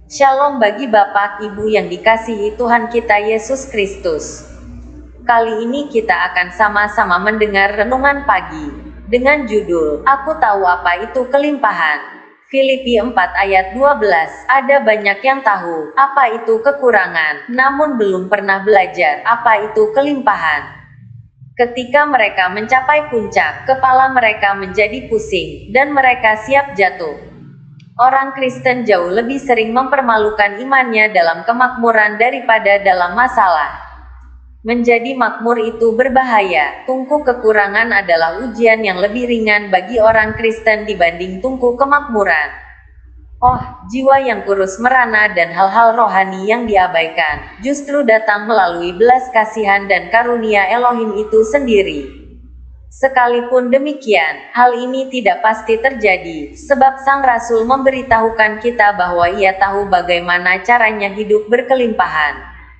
Shalom bagi Bapak Ibu yang dikasihi Tuhan kita Yesus Kristus. Kali ini kita akan sama-sama mendengar renungan pagi dengan judul Aku tahu apa itu kelimpahan. Filipi 4 ayat 12. Ada banyak yang tahu apa itu kekurangan, namun belum pernah belajar apa itu kelimpahan. Ketika mereka mencapai puncak, kepala mereka menjadi pusing dan mereka siap jatuh. Orang Kristen jauh lebih sering mempermalukan imannya dalam kemakmuran daripada dalam masalah. Menjadi makmur itu berbahaya. Tungku kekurangan adalah ujian yang lebih ringan bagi orang Kristen dibanding tungku kemakmuran. Oh, jiwa yang kurus merana dan hal-hal rohani yang diabaikan, justru datang melalui belas kasihan dan karunia Elohim itu sendiri. Sekalipun demikian, hal ini tidak pasti terjadi, sebab Sang Rasul memberitahukan kita bahwa ia tahu bagaimana caranya hidup berkelimpahan.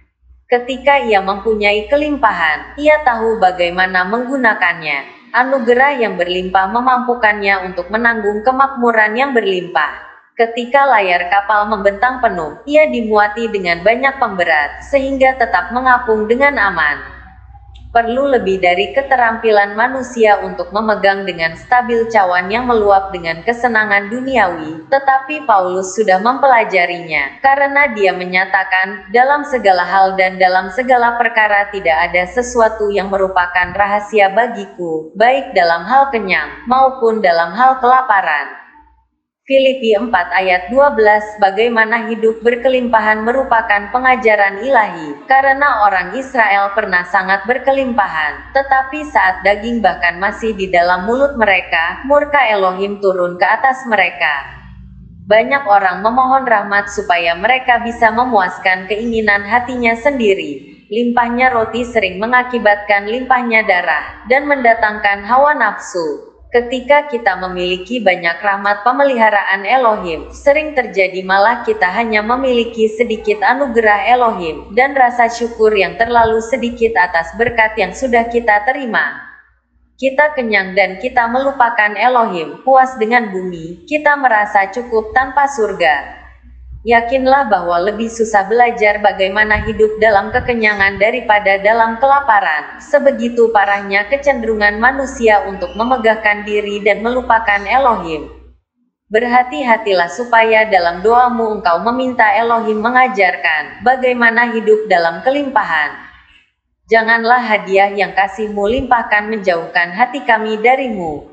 Ketika ia mempunyai kelimpahan, ia tahu bagaimana menggunakannya. Anugerah yang berlimpah memampukannya untuk menanggung kemakmuran yang berlimpah. Ketika layar kapal membentang penuh, ia dimuati dengan banyak pemberat, sehingga tetap mengapung dengan aman. Perlu lebih dari keterampilan manusia untuk memegang dengan stabil cawan yang meluap dengan kesenangan duniawi, tetapi Paulus sudah mempelajarinya, karena dia menyatakan, dalam segala hal dan dalam segala perkara tidak ada sesuatu yang merupakan rahasia bagiku, baik dalam hal kenyang, maupun dalam hal kelaparan. Filipi 4 ayat 12. Bagaimana hidup berkelimpahan merupakan pengajaran ilahi, karena orang Israel pernah sangat berkelimpahan, tetapi saat daging bahkan masih di dalam mulut mereka, murka Elohim turun ke atas mereka. Banyak orang memohon rahmat supaya mereka bisa memuaskan keinginan hatinya sendiri. Limpahnya roti sering mengakibatkan limpahnya darah, dan mendatangkan hawa nafsu. Ketika kita memiliki banyak rahmat pemeliharaan Elohim, sering terjadi malah kita hanya memiliki sedikit anugerah Elohim, dan rasa syukur yang terlalu sedikit atas berkat yang sudah kita terima. Kita kenyang dan kita melupakan Elohim, puas dengan bumi, kita merasa cukup tanpa surga. Yakinlah bahwa lebih susah belajar bagaimana hidup dalam kekenyangan daripada dalam kelaparan. Sebegitu parahnya kecenderungan manusia untuk memegahkan diri dan melupakan Elohim. Berhati-hatilah supaya dalam doamu engkau meminta Elohim mengajarkan bagaimana hidup dalam kelimpahan. Janganlah hadiah yang kasihmu limpahkan menjauhkan hati kami darimu.